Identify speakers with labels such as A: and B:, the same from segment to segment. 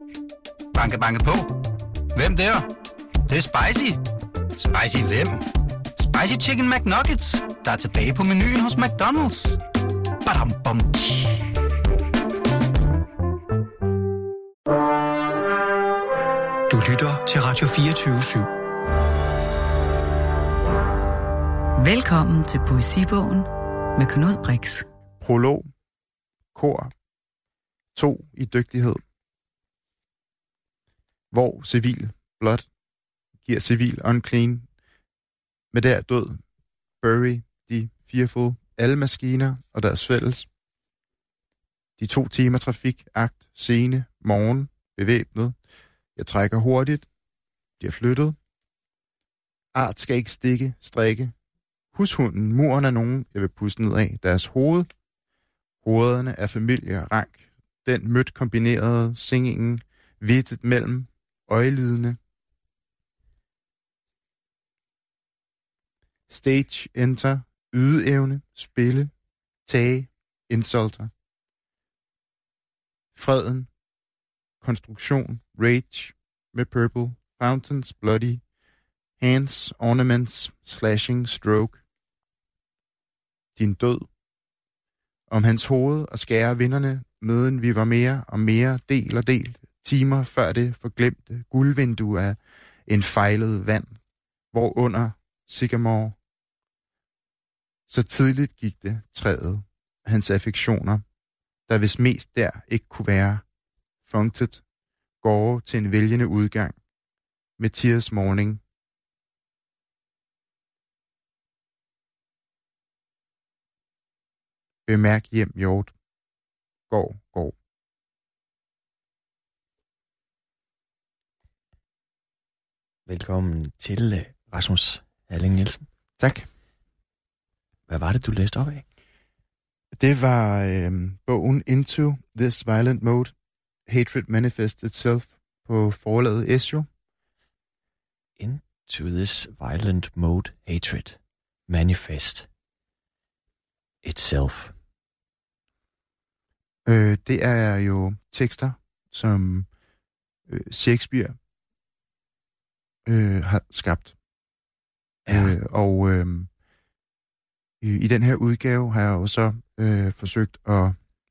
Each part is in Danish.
A: Banke, banke på. Hvem der? Det er spicy. Spicy hvem? Spicy Chicken McNuggets, der er tilbage på menuen hos McDonald's. Badum, bom,
B: Du lytter til Radio 24/7.
C: Velkommen til Poesibogen med Knud Brix.
D: Prolog. Kor. 2 i dygtighed. Hvor civil blot giver civil unclean. Med der død. Bury de fearful. Alle maskiner og deres fælles. De 2 timer trafik. Akt. Scene. Morgen. Bevæbnet. Jeg trækker hurtigt. De er flyttet. Art skal ikke stikke. Strikke. Hushunden. Muren er nogen, jeg vil puste ned af. Deres hoved. Hovederne er familie og rank. Den mødt kombinerede singingen. Vittet mellem. Øjelidende. Stage, enter, ydeevne, spille, tage, insulter. Freden, konstruktion, rage, med purple, fountains, bloody, hands, ornaments, slashing, stroke. Din død. Om hans hoved og skære vinderne, møden vi var mere og mere, del og del, timer før det forglemte guldvindue af en fejlet vand, hvor under sycamore. Så tidligt gik det, træet, hans affektioner, der hvis mest der ikke kunne være, funktet, går til en vælgende udgang, med Tiers morning. Bemærk hjem, hjort. Går.
E: Velkommen til Rasmus Halling Nielsen.
D: Tak.
E: Hvad var det, du læste op af?
D: Det var bogen Into This Violent Mode, Hatred Manifests Itself på forlaget Esjo.
E: Into This Violent Mode, Hatred Manifest Itself.
D: Det er jo tekster, som Shakespeare har skabt.
E: Ja.
D: I den her udgave har jeg jo så forsøgt at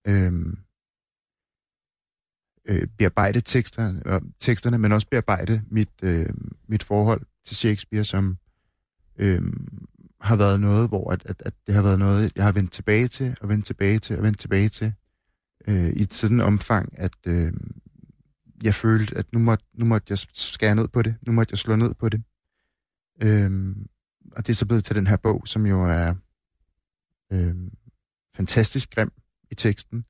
D: bearbejde teksterne, men også bearbejde mit forhold til Shakespeare, som har været noget, hvor at det har været noget, jeg har vendt tilbage til, i et sådan omfang, at jeg følte, at nu måtte jeg skære ned på det, nu måtte jeg slå ned på det. Og det er så blevet til den her bog, som jo er fantastisk grim i teksten.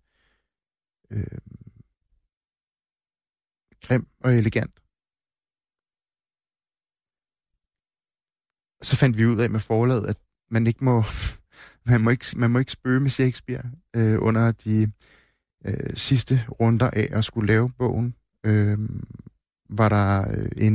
D: Grim og elegant. Så fandt vi ud af med forlaget, at man må ikke spøge med Shakespeare under de sidste runder af at skulle lave bogen. Var der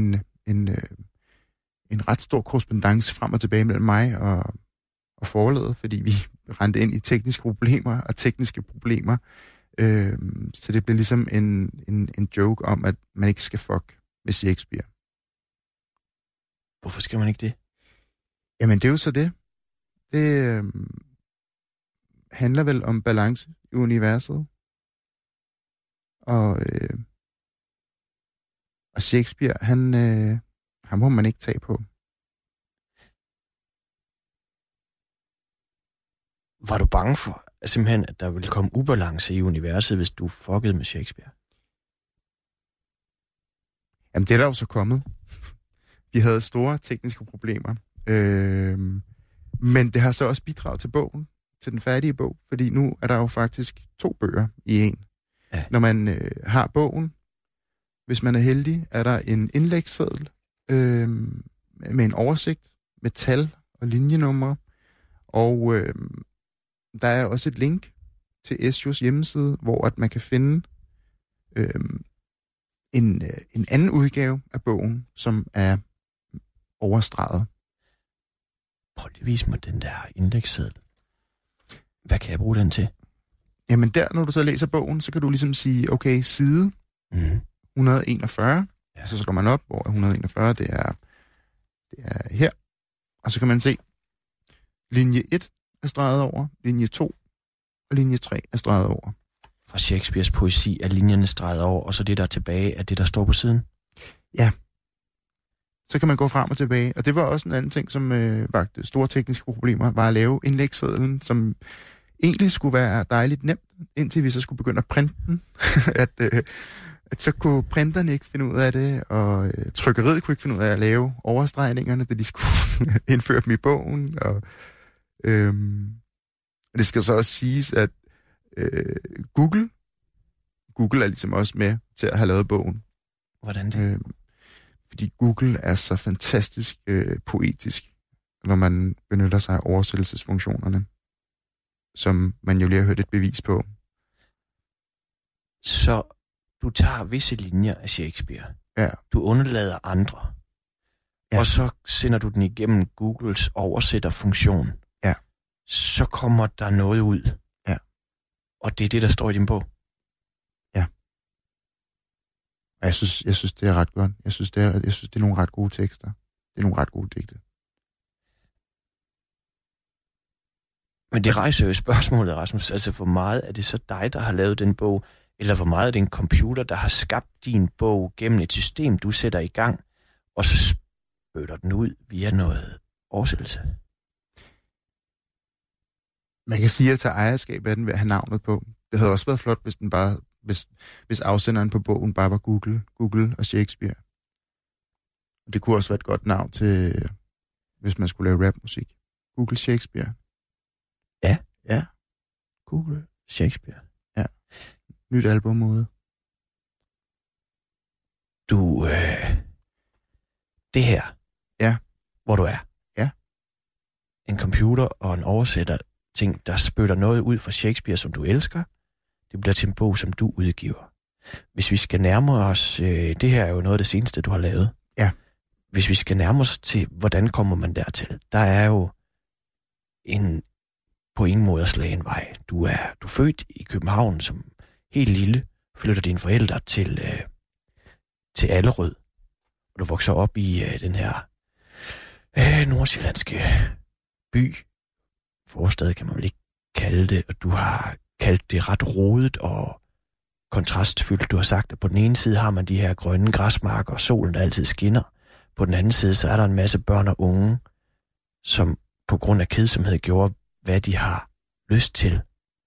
D: en ret stor korrespondance frem og tilbage mellem mig og forlaget, fordi vi rendte ind i tekniske problemer. Så det blev ligesom en joke om, at man ikke skal fuck med Shakespeare.
E: Hvorfor skal man ikke det?
D: Jamen, det er jo så det. Det handler vel om balance i universet. Og Shakespeare, ham må man ikke tage på.
E: Var du bange for simpelthen, at der ville komme ubalance i universet, hvis du fuckede med Shakespeare?
D: Jamen, det er der jo så kommet. Vi havde store tekniske problemer. Men det har så også bidraget til bogen, til den færdige bog, fordi nu er der jo faktisk 2 bøger i en.
E: Ja.
D: Når man har bogen, hvis man er heldig, er der en indlægsseddel med en oversigt med tal og linjenumre, og der er også et link til Esjos hjemmeside, hvor at man kan finde en anden udgave af bogen, som er overstreget.
E: Prøv lige at vise mig den der indlægsseddel. Hvad kan jeg bruge den til?
D: Jamen der, når du så læser bogen, så kan du ligesom sige, okay, side 141. Ja. Så slår man op, hvor 141, det er her. Og så kan man se, linje 1 er streget over, linje 2 og linje 3 er streget over.
E: Fra Shakespeares poesi er linjerne streget over, og så det, der er tilbage, er det, der står på siden?
D: Ja. Så kan man gå frem og tilbage. Og det var også en anden ting, som vagte store tekniske problemer, var at lave indlægssedlen, som egentlig skulle være dejligt nemt, indtil vi så skulle begynde at printe den. at så kunne printerne ikke finde ud af det, og trykkeriet kunne ikke finde ud af at lave overstregningerne, da de skulle indføre dem i bogen. Og det skal så også siges, at Google er ligesom også med til at have lavet bogen.
E: Hvordan det?
D: Fordi Google er så fantastisk poetisk, når man benytter sig af oversættelsesfunktionerne, som man jo lige har hørt et bevis på.
E: Så du tager visse linjer af Shakespeare.
D: Ja.
E: Du undlader andre. Ja. Og så sender du den igennem Googles oversætterfunktion.
D: Ja.
E: Så kommer der noget ud.
D: Ja.
E: Og det er det, der står i din bog.
D: Ja. Jeg synes, det er ret godt. Jeg synes, det er nogle ret gode tekster. Det er nogle ret gode digte.
E: Men det rejser jo spørgsmålet, Rasmus. Altså, hvor meget er det så dig, der har lavet den bog? Eller hvor meget er det en computer, der har skabt din bog gennem et system, du sætter i gang, og så spytter den ud via noget oversættelse?
D: Man kan sige, at tage ejerskab af den ved at have navnet på. Det havde også været flot, hvis afsenderen på bogen bare var Google og Shakespeare. Det kunne også være et godt navn til, hvis man skulle lave rapmusik. Google Shakespeare.
E: Ja.
D: Ja.
E: Google Shakespeare.
D: Ja. Nyt album ude.
E: Du, det her.
D: Ja.
E: Hvor du er.
D: Ja.
E: En computer og en oversætter ting, der spytter noget ud fra Shakespeare, som du elsker. Det bliver til en bog, som du udgiver. Hvis vi skal nærme os, det her er jo noget af det seneste, du har lavet.
D: Ja.
E: Hvis vi skal nærme os til, hvordan kommer man dertil? Der er jo på ingen måde at slage en vej. Du er født i København som helt lille, flytter dine forældre til Allerød, og du vokser op i den her nordsjællandske by. Forstad kan man vel ikke kalde det, og du har kaldt det ret rodet og kontrastfyldt. Du har sagt, at på den ene side har man de her grønne græsmarker og solen, der altid skinner. På den anden side, så er der en masse børn og unge, som på grund af kedsomhed gjorde, hvad de har lyst til.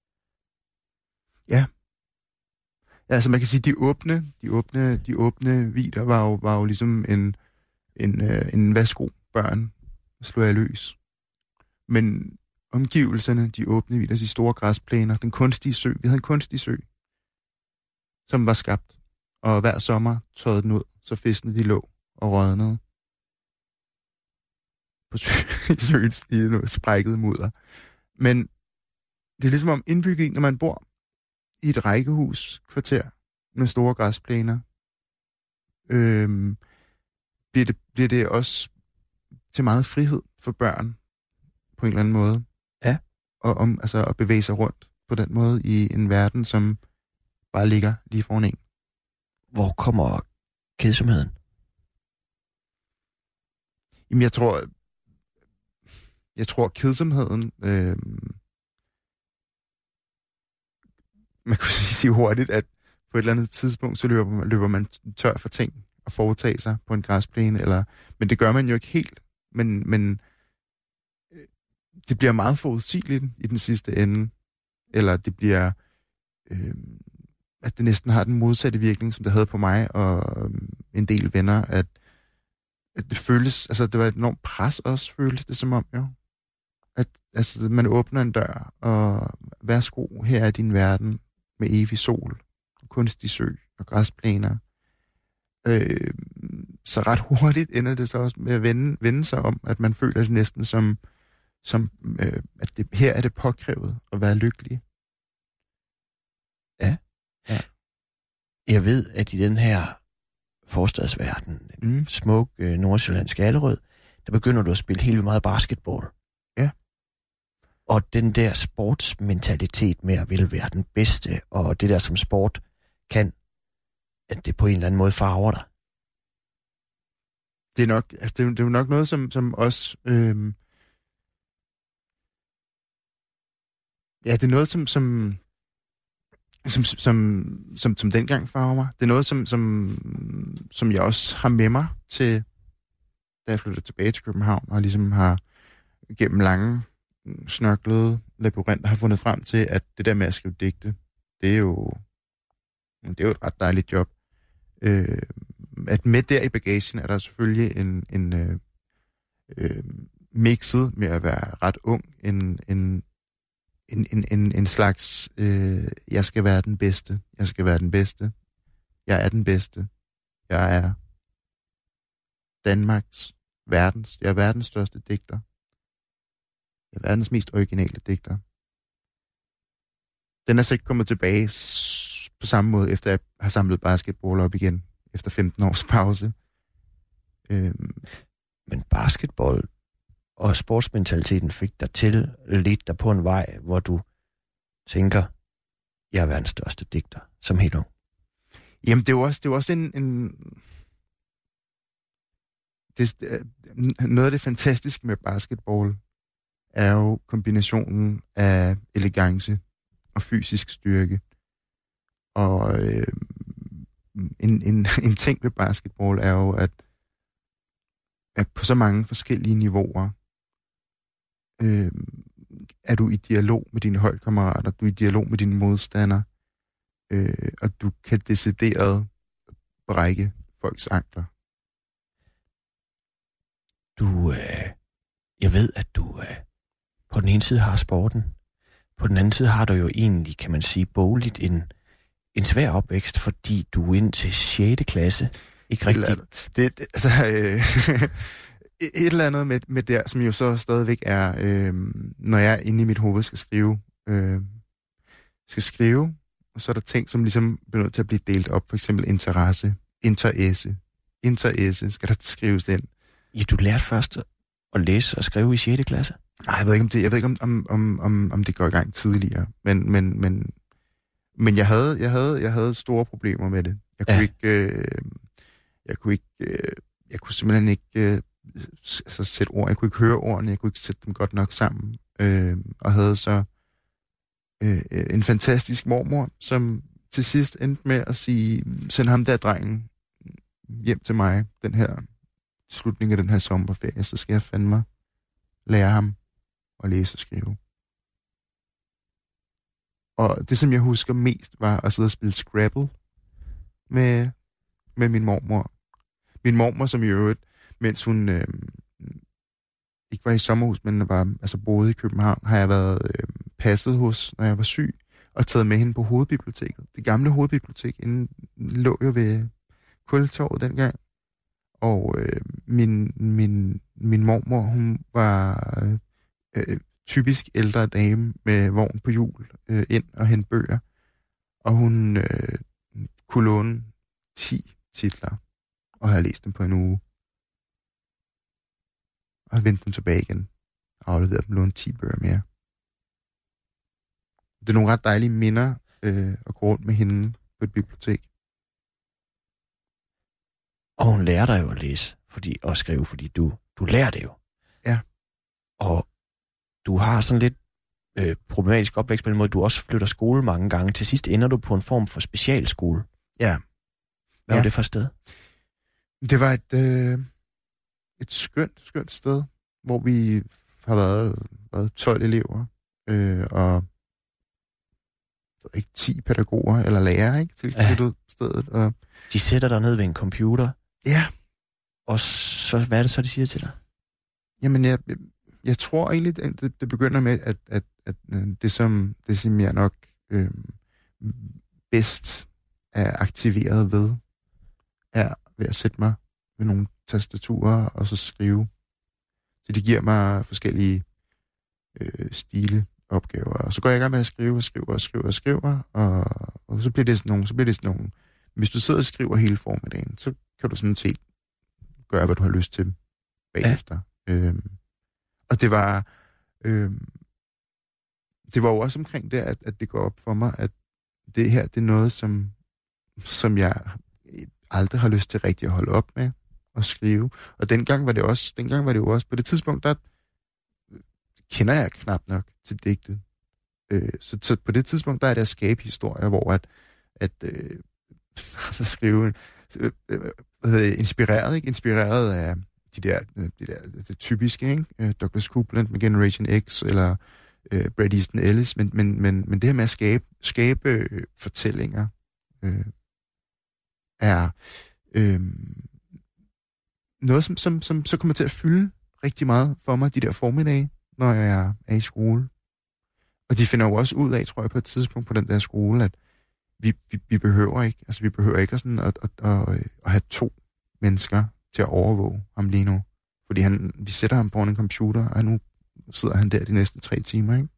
D: Ja. Ja, altså man kan sige, de åbne vidder var jo ligesom en værsgo børn, slog jeg løs. Men omgivelserne, de åbne vidder, de store græsplæner, den kunstige sø, vi havde en kunstig sø, som var skabt, og hver sommer tørrede den ud, så fiskene de lå og rådnede på søens i noget sprækket mudder. Men det er ligesom om indbygget, når man bor i et rækkehuskvarter med store græsplæner, bliver det også til meget frihed for børn på en eller anden måde.
E: Ja.
D: Og altså at bevæge sig rundt på den måde i en verden, som bare ligger lige foran en.
E: Hvor kommer kedsomheden?
D: Jamen, jeg tror kedsomheden, man kunne sige hurtigt, at på et eller andet tidspunkt, så løber man tør for ting at foretage sig på en græsplæne, men det gør man jo ikke helt, men det bliver meget forudsigeligt i den sidste ende, eller det bliver, at det næsten har den modsatte virkning, som det havde på mig og en del venner, at det føles, altså det var et enormt pres også, føles det som om, jo. At altså, man åbner en dør, og værsgo, her er din verden med evig sol, kunstig sø og græsplæner. Så ret hurtigt ender det så også med at vende sig om, at man føler det næsten som at her er det påkrævet at være lykkelig.
E: Ja. Jeg ved, at i den her forstadsverden, smuk nordsjællandsk Allerød, der begynder du at spille helt meget basketball.
D: Ja.
E: Og den der sportsmentalitet med at ville være den bedste, og det der som sport kan, at det på en eller anden måde farver dig?
D: Det er nok, altså det er jo nok noget, som også... ja, det er noget, som dengang farver mig. Det er noget, som jeg også har med mig til, da jeg flyttede tilbage til København, og ligesom har gennem lange, snørklede labyrinter har fundet frem til, at det der med at skrive digte, det er jo et ret dejligt job. At med der i bagagen er der selvfølgelig en mixet med at være ret ung, en slags, jeg skal være den bedste, jeg skal være den bedste, jeg er den bedste, jeg er jeg er verdens største digter, jeg er verdens mest originale digter. Den er så ikke kommet tilbage på samme måde, efter jeg har samlet basketball op igen, efter 15 års pause.
E: Men basketball og sportsmentaliteten fik dig til lidt der på en vej, hvor du tænker, jeg er verdens største digter, som helt ung.
D: Jamen, det er jo også noget af det fantastiske med basketball er jo kombinationen af elegance og fysisk styrke. Og en ting ved basketball er jo, at på så mange forskellige niveauer er du i dialog med dine holdkammerater, du er i dialog med dine modstandere, og du kan decideret brække folks ankler.
E: Jeg ved, at du på den ene side har sporten, på den anden side har du jo egentlig, kan man sige, bogligt en svær opvækst, fordi du indtil 6. klasse ikke rigtig...
D: Et eller andet med der, som jo så stadigvæk er, når jeg inde i mit hoved skal skrive, og så er der ting, som ligesom bliver nødt til at blive delt op, for eksempel interesse, skal der skrives ind.
E: Ja, du lærte først at læse og skrive i 6. klasse?
D: Nej, jeg ved ikke, om det går i gang tidligere, men jeg havde store problemer med det. Jeg kunne simpelthen ikke sætte ord. Jeg kunne ikke høre ordene, jeg kunne ikke sætte dem godt nok sammen. Og havde så en fantastisk mormor, som til sidst endte med at sige, send ham der drengen hjem til mig, den her slutning af den her sommerferie, så skal jeg fandme lære ham at læse og skrive. Og det, som jeg husker mest, var at sidde og spille Scrabble med min mormor. Min mormor, som i øvrigt, mens hun ikke var i sommerhus, men boede i København, har jeg været passet hos, når jeg var syg, og taget med hende på hovedbiblioteket. Det gamle hovedbibliotek lå jo ved Kultorvet dengang. Og min mormor, hun var typisk ældre dame med vogn på hjul ind og hente bøger. Og hun kunne låne 10 titler og havde læst dem på en uge. Og vendte dem tilbage igen og afleverede dem, låne 10 bøger mere. Det er nogle ret dejlige minder at gå rundt med hende på et bibliotek.
E: Og hun lærer dig jo at læse og skrive, fordi du lærer det jo.
D: Ja.
E: Og du har sådan lidt problematisk opvækst på den måde, du også flytter skole mange gange. Til sidst ender du på en form for specialskole.
D: Ja.
E: Hvad var det for et sted?
D: Det var et skønt sted, hvor vi har været 12 elever, og ikke 10 pædagoger eller lærere, ikke, tilknyttet stedet. Og
E: de sætter dig ned ved en computer.
D: Ja.
E: Og så, hvad er det så, de siger til dig?
D: Jamen, jeg tror egentlig, det begynder med, at det, som jeg nok bedst er aktiveret ved, er ved at sætte mig ved nogle tastaturer og så skrive. Så det giver mig forskellige stileopgaver. Og så går jeg i gang med at skrive, og så bliver det sådan nogle, hvis du sidder og skriver hele formiddagen, så kan du sådan set gøre, hvad du har lyst til bagefter. Ja. Og det var jo også omkring det, at det går op for mig, at det her, det er noget, som jeg aldrig har lyst til rigtig at holde op med at skrive. Og dengang var det jo også, på det tidspunkt, der kender jeg knap nok til digtet. Så på det tidspunkt, der er det at skabe historier, hvor at skrive inspireret, ikke? Inspireret af det typiske, ikke? Douglas Coupland med Generation X, eller Bret Easton Ellis, men det her med at skabe fortællinger er noget, som så kommer til at fylde rigtig meget for mig de der formiddage, når jeg er i skole. Og de finder jo også ud af, tror jeg, på et tidspunkt på den der skole, at vi behøver ikke sådan at have 2 mennesker til at overvåge ham lige nu. Fordi vi sætter ham på en computer, og nu sidder han der de næste 3 timer, ikke?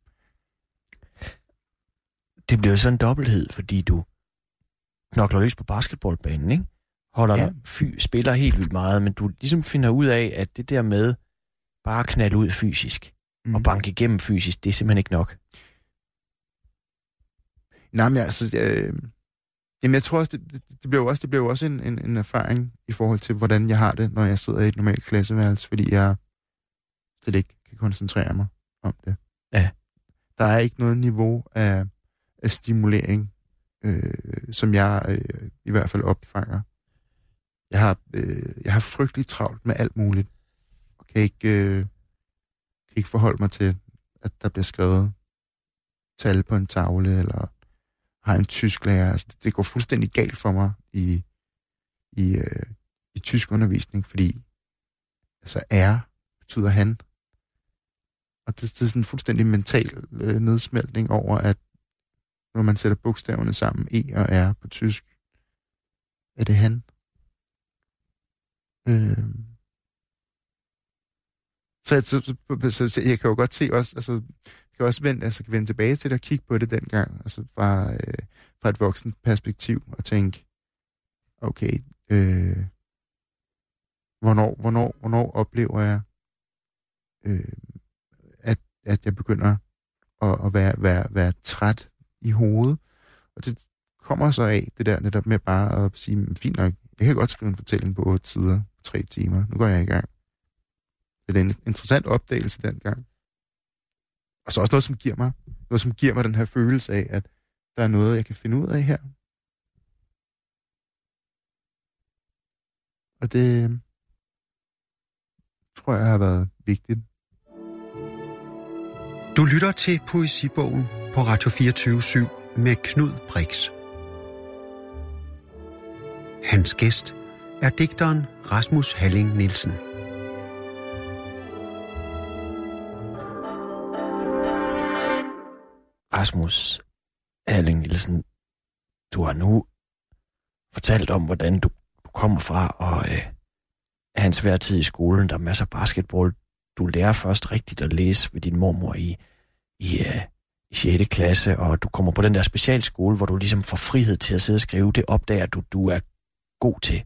E: Det bliver jo sådan en dobbelthed, fordi du knokler løs på basketballbanen, ikke? Spiller helt vildt meget, men du ligesom finder ud af, at det der med bare at knalde ud fysisk, og banke igennem fysisk, det er simpelthen ikke nok.
D: Nej, men jeg tror også, det bliver jo også en erfaring i forhold til, hvordan jeg har det, når jeg sidder i et normalt klasseværelse, fordi jeg slet ikke kan koncentrere mig om det.
E: Ja.
D: Der er ikke noget niveau af stimulering, som jeg i hvert fald opfanger. Jeg har frygteligt travlt med alt muligt, og kan ikke forholde mig til, at der bliver skrevet tal på en tavle, eller har en tysklærer. Altså, det går fuldstændig galt for mig i tysk undervisning, fordi altså R betyder han. Og det er sådan en fuldstændig mental nedsmeltning over, at når man sætter bogstaverne sammen, E og R på tysk, er det han. Så jeg kan jo godt se også, altså, kan også vende tilbage til det og kigge på det dengang, altså fra et voksent perspektiv, og tænke, okay, hvornår oplever jeg, at jeg begynder at være træt i hovedet, og det kommer så af det der netop med bare at sige, fint nok, jeg kan godt skrive en fortælling på 8 sider, 3 timer, nu går jeg i gang. Det er en interessant opdagelse dengang. Og så også noget, som giver mig den her følelse af, at der er noget, jeg kan finde ud af her. Og det tror jeg har været vigtigt.
B: Du lytter til Poesibogen på Radio 24/7 med Knud Brix. Hans gæst er digteren Rasmus Halling Nielsen.
E: Rasmus Halling Nielsen, du har nu fortalt om, hvordan du kommer fra og have en svær tid i skolen. Der er masser af basketball. Du lærer først rigtigt at læse ved din mormor i 6. klasse, og du kommer på den der specialskole, hvor du ligesom får frihed til at sidde og skrive. Det opdager du er god til.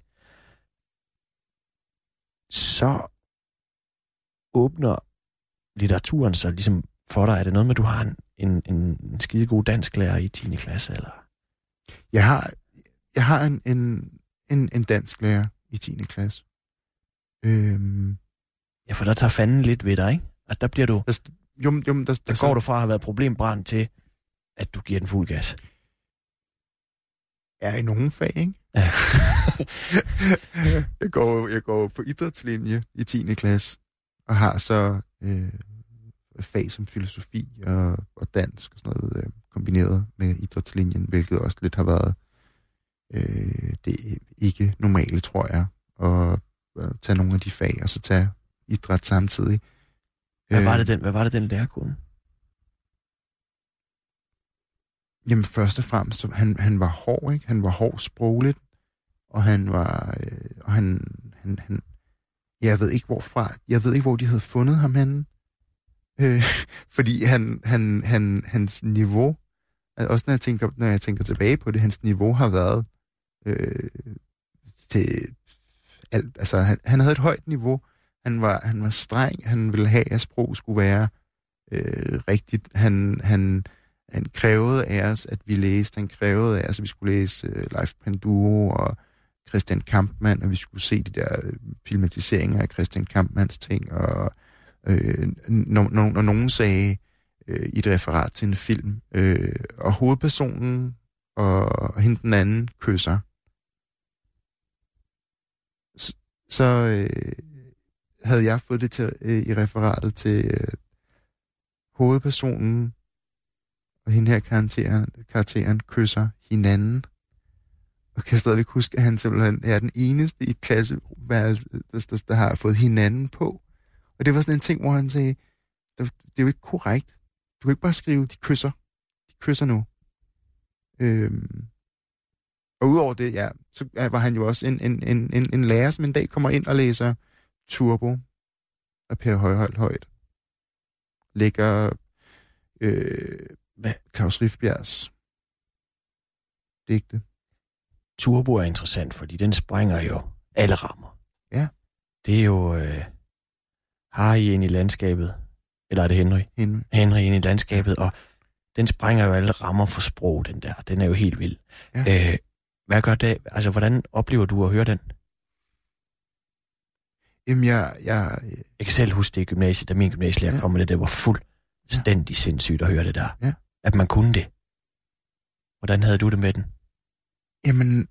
E: Så åbner litteraturen sig ligesom for dig. Er det noget med, at du har en skidegod dansklærer i 10. klasse, eller?
D: Jeg har en dansklærer i 10. klasse.
E: Ja, for der tager fanden lidt ved dig, ikke? Altså, der bliver du... Der går du fra at have været problembrand til, at du giver den fuld gas.
D: Ja, i nogle fag, ikke?
E: Ja.
D: jeg går på idrætslinje i 10. klasse, og har så fag som filosofi og dansk og sådan noget kombineret med idrætslinjen, hvilket også lidt har været det ikke normale, tror jeg, at tage nogle af de fag og så tage idræt samtidig.
E: Hvad var det den lærer kunne?
D: Jamen først og fremmest, han var hård, ikke? Han var hård sprogligt, og han var, jeg ved ikke hvor de havde fundet ham henne, fordi hans niveau, også når jeg tænker tilbage på det, hans niveau har været til alt, altså han havde et højt niveau, han var streng, han ville have, at sprog skulle være rigtigt, han krævede af os, at vi læste, han krævede af os, at vi skulle læse Leif Panduro og Christian Kampmann, og vi skulle se de der filmatiseringer af Christian Kampmanns ting, og når nogen sagde i et referat til en film, og hovedpersonen og hende den anden kysser, så havde jeg fået det til i referatet til hovedpersonen og hende her karakteren kysser hinanden. Og kan jeg stadigvæk huske, at han simpelthen er den eneste i klasseværelset, der har fået hinanden på. Og det var sådan en ting, hvor han sagde, det er jo ikke korrekt. Du kan ikke bare skrive, de kysser. De kysser nu. Og udover det, ja, så var han jo også en lærer, som en dag kommer ind og læser Turbo af Per Højholt. Lægger Claus Rifbjergs digte.
E: Turbo er interessant, fordi den sprænger jo alle rammer.
D: Ja.
E: Det er jo Harry ind i landskabet, eller er det Henry? Henry ind i landskabet, og den sprænger jo alle rammer for sprog, den der. Den er jo helt vild. Ja. Hvad gør det? Altså, hvordan oplever du at høre den?
D: Jamen, jeg
E: kan selv huske det i gymnasiet, da min gymnasielærer kom med det var fuldstændig sindssygt at høre det der.
D: Ja.
E: At man kunne det. Hvordan havde du det med den?
D: Jamen,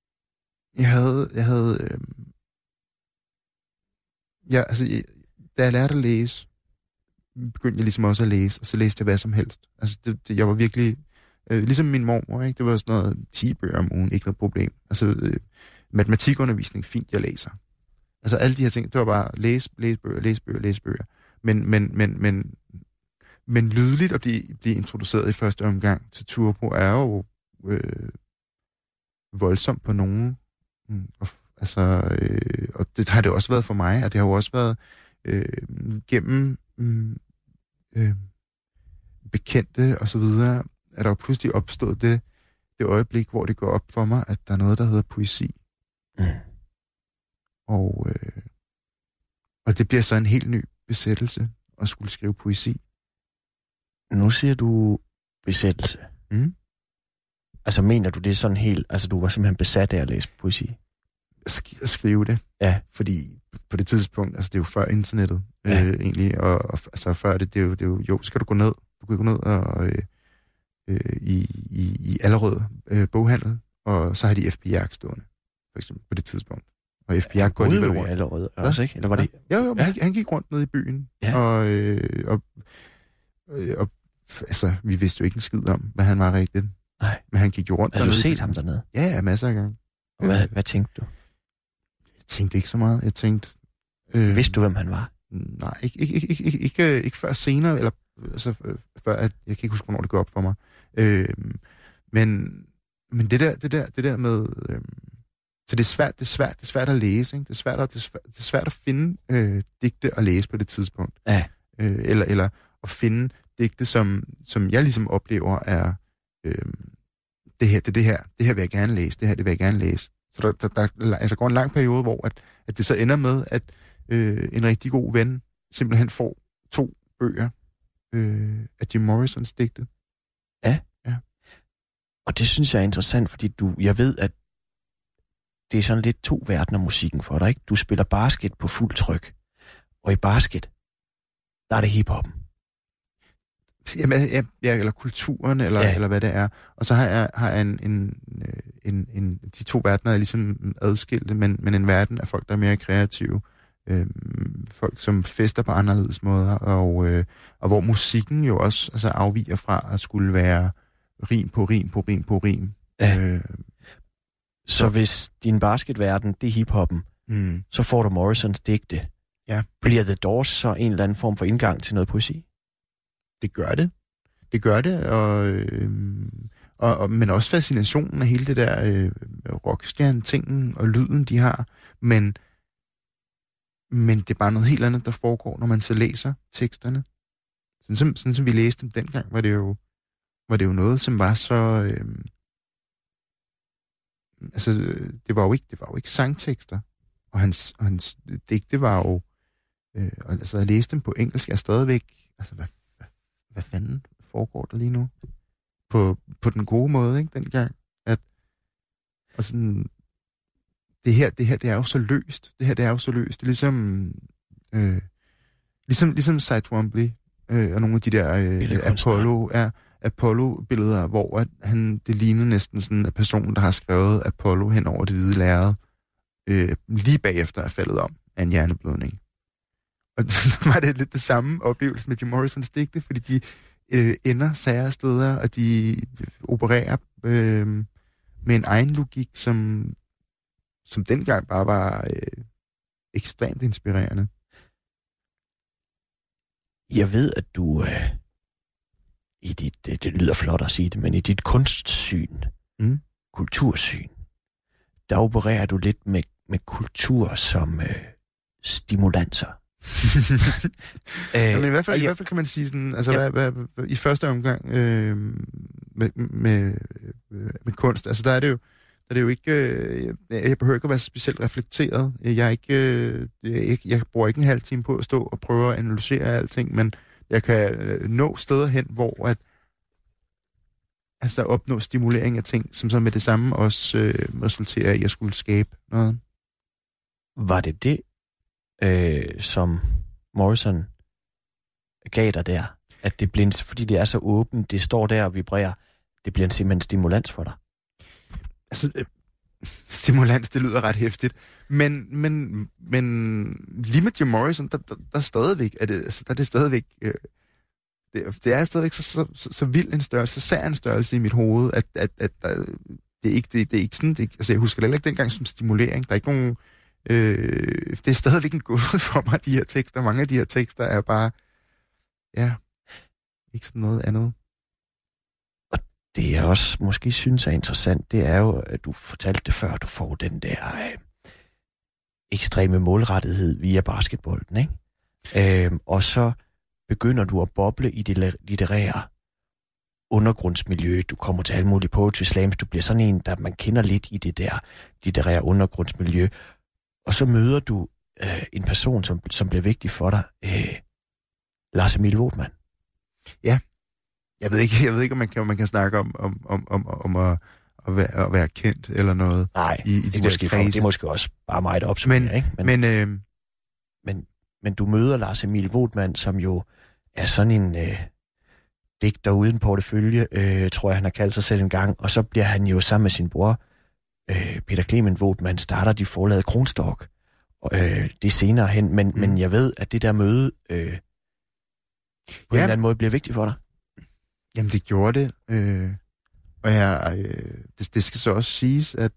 D: da jeg lærte at læse, begyndte jeg ligesom også at læse, og så læste jeg hvad som helst. Altså, jeg var virkelig, ligesom min mormor, ikke? Det var sådan noget 10 bøger om ugen, ikke noget problem. Altså, matematikundervisning, fint, jeg læser. Altså, alle de her ting, det var bare læse bøger. Men lydligt at blive introduceret i første omgang til Turbo er jo voldsomt på nogen. Og det har det også været for mig, og det har jo også været gennem bekendte og så videre, at der jo pludselig opstået det øjeblik, hvor det går op for mig, at der er noget, der hedder poesi. Og det bliver så en helt ny besættelse at skulle skrive poesi.
E: Nu siger du besættelse. Altså mener du det sådan helt, altså du var simpelthen besat af at læse poesi?
D: At skrive det.
E: Ja.
D: Fordi på det tidspunkt, altså det er jo før internettet egentlig, og altså før det er jo, skal du gå ned. Du kan gå ned og i Allerød boghandel, og så har de F.P. Jagt stående, for eksempel på det tidspunkt. Og F.P. Jagt går alligevel rundt.
E: Allerød også, ikke? Eller var det?
D: Jo, han gik rundt ned i byen, og altså, vi vidste jo ikke en skid om, hvad han var rigtigt.
E: Nej.
D: Men han gik jo rundt.
E: Har du set ham dernede?
D: Ja, masser af gange.
E: Og hvad tænkte du?
D: Jeg tænkte ikke så meget. Jeg tænkte...
E: Vidste du, hvem han var?
D: Nej, ikke før senere, eller altså, før at... Jeg kan ikke huske, hvornår det går op for mig. Men det der med... Så det er svært at læse, ikke? Det er svært at finde digte at læse på det tidspunkt.
E: Ja.
D: Eller at finde digte, som jeg ligesom oplever er... det her vil jeg gerne læse, det vil jeg gerne læse. Så der går en lang periode, hvor at det så ender med, at en rigtig god ven simpelthen får 2 bøger af Jim Morrisons digte.
E: Ja. Og det synes jeg er interessant, fordi jeg ved, at det er sådan lidt 2 verdener musikken for dig, ikke? Du spiller basket på fuld tryk, og i basket, der er det hiphoppen.
D: Jamen, ja, eller kulturen, eller hvad det er. Og så har jeg de 2 verdener er ligesom adskilte, men en verden af folk, der er mere kreative. Folk, som fester på anderledes måder, og hvor musikken jo også altså, afviger fra at skulle være rim på rim.
E: Ja. Så hvis din basketverden, det er hiphoppen, så får du Morrisons digte.
D: Ja.
E: Bliver The Doors så en eller anden form for indgang til noget poesi?
D: Det gør det, men også fascinationen af hele det der rockstjerne-tingen og lyden, de har. Men det er bare noget helt andet, der foregår, når man så læser teksterne. Sådan som vi læste dem dengang, var det jo noget, som var så... det var jo ikke sangtekster. Og hans digte var jo... altså, jeg læste dem på engelsk, jeg er stadigvæk... Altså, hvad fanden foregår der lige nu? På den gode måde, ikke, dengang. Og sådan, det her, det er jo så løst. Det er ligesom ligesom Cy Twombly og nogle af de der Apollo-billeder, hvor det ligner næsten sådan en person, der har skrevet Apollo hen over det hvide lærred, lige bagefter er faldet om af en hjerneblødning. Og så var det lidt det samme oplevelse med Jim Morrisons digte, fordi de ender sære steder, og de opererer med en egen logik, som dengang bare var ekstremt inspirerende.
E: Jeg ved, at du i dit, det lyder flot at sige det, men i dit kunstsyn, kultursyn, der opererer du lidt med kultur som stimulanser.
D: Men i hvert fald kan man sige sådan, altså hvad, i første omgang med kunst, altså der er det jo ikke, jeg behøver ikke at være specielt reflekteret. Jeg bruger ikke en halv time på at stå og prøve at analysere alting, men jeg kan nå steder hen, hvor at opnå stimulering af ting, som så med det samme også resulterer i, at jeg skulle skabe noget.
E: Var det som Morrison gav dig der? At det bliver fordi det er så åbent, det står der og vibrerer, det bliver simpelthen stimulans for dig?
D: Altså, stimulans, det lyder ret hæftigt. Men lige med Jim Morrison, der stadigvæk er det, altså, der er det stadigvæk... Det er stadigvæk så vild en størrelse, så sær en størrelse i mit hoved, at det er ikke sådan... Altså, jeg husker heller ikke dengang som stimulering. Der er ikke nogen... det er stadigvæk en gåde for mig, de her tekster. Mange af de her tekster er bare... Ja, ikke som noget andet.
E: Og det jeg også måske synes er interessant, det er jo, at du fortalte det før, du får den der ekstreme målrettighed via basketbolden, ikke? Og så begynder du at boble i det litterære undergrundsmiljø. Du kommer til alle mulige poetry slams. Du bliver sådan en, der man kender lidt i det der litterære undergrundsmiljø. Og så møder du en person, som bliver vigtig for dig. Lars Emil Voetmann.
D: Ja. Jeg ved ikke, om man kan snakke om at være kendt eller noget.
E: Nej,
D: i
E: det er måske også bare mig, der opsummerer, ikke? Men du møder Lars Emil Voetmann, som jo er sådan en digter uden portefølje, tror jeg, han har kaldt sig selv en gang, og så bliver han jo sammen med sin bror, Peter Clement Voetmann, starter de forlaget Kronstork. Det er senere hen, men jeg ved, at det der møde på en eller anden måde bliver vigtigt for dig.
D: Jamen, det gjorde det. Og det skal så også siges, at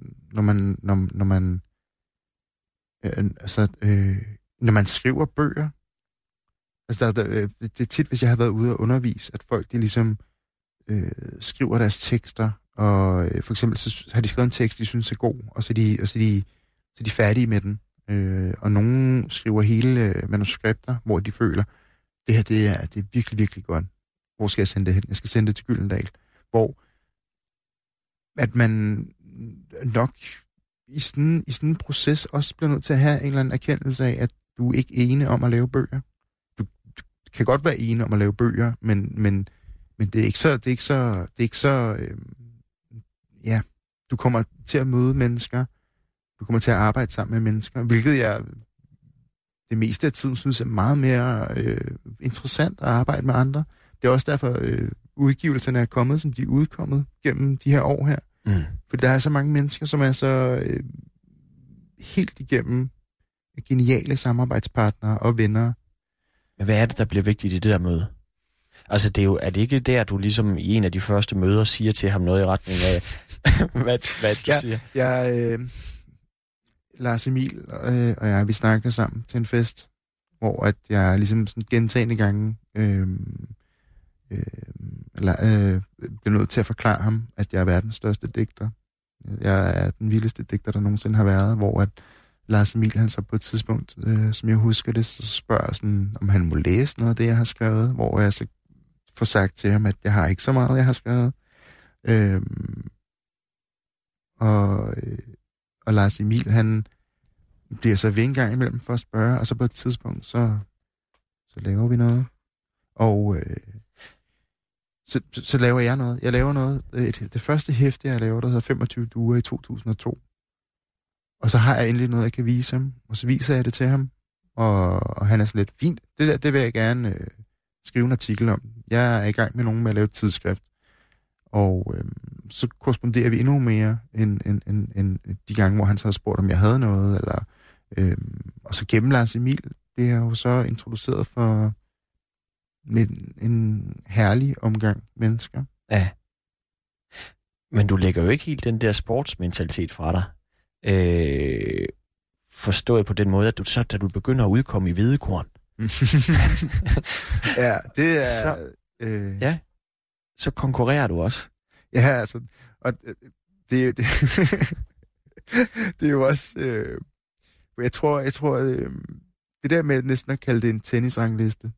D: når man skriver bøger, altså det er tit, hvis jeg har været ude og undervise, at folk, de ligesom skriver deres tekster, og for eksempel så har de skrevet en tekst, de synes er god, og så er de færdige med den. Og nogen skriver hele manuskripter, hvor de føler, det her det er virkelig, virkelig godt. Hvor skal jeg sende det hen? Jeg skal sende det til Gyldendal. Hvor at man nok i sådan en proces også bliver nødt til at have en eller anden erkendelse af, at du ikke er ene om at lave bøger. Du kan godt være ene om at lave bøger, men det er ikke så ja, du kommer til at møde mennesker, du kommer til at arbejde sammen med mennesker, hvilket jeg det meste af tiden synes er meget mere interessant at arbejde med andre. Det er også derfor, udgivelserne er kommet, som de er udkommet gennem de her år her. For der er så mange mennesker, som er så helt igennem geniale samarbejdspartnere og venner.
E: Men hvad er det, der bliver vigtigt i det der møde? Altså, er det ikke der, du ligesom i en af de første møder siger til ham noget i retning af, hvad du siger? Lars Emil og jeg, vi snakker sammen til en fest, hvor at jeg ligesom sådan gentagne gange bliver nødt til at forklare ham, at jeg er verdens største digter. Jeg er den vildeste digter, der nogensinde har været, hvor at Lars Emil, han så på et tidspunkt, som jeg husker det, så spørger sådan, om han må læse noget af det, jeg har skrevet, hvor jeg så får sagt til ham, at jeg har ikke så meget, jeg har skrevet. Og Lars Emil, han bliver så ved en gang imellem for at spørge, og så på et tidspunkt, så laver vi noget. Og så laver jeg noget. Jeg laver noget. Det første hæfte, jeg laver, der hedder 25 duer i 2002.
D: Og så har jeg endelig noget, jeg kan vise ham, og så viser jeg det til ham, og han er sådan lidt, fint, det vil jeg gerne skrive en artikel om. Jeg er i gang med nogen med at lave et tidsskrift, og så korresponderer vi endnu mere end de gange, hvor han så har spurgt, om jeg havde noget, eller, og så gennem Lars Emil bliver jeg jo så introduceret for en herlig omgang mennesker.
E: Ja. Men du lægger jo ikke helt den der sportsmentalitet fra dig. Forstået på den måde, at du så, da du begynder at udkomme i hvedekorn.
D: Ja, det er...
E: Så, så konkurrerer du også.
D: Ja, altså... Og det det er jo også... jeg tror det der med næsten at kalde det en tennisrangliste,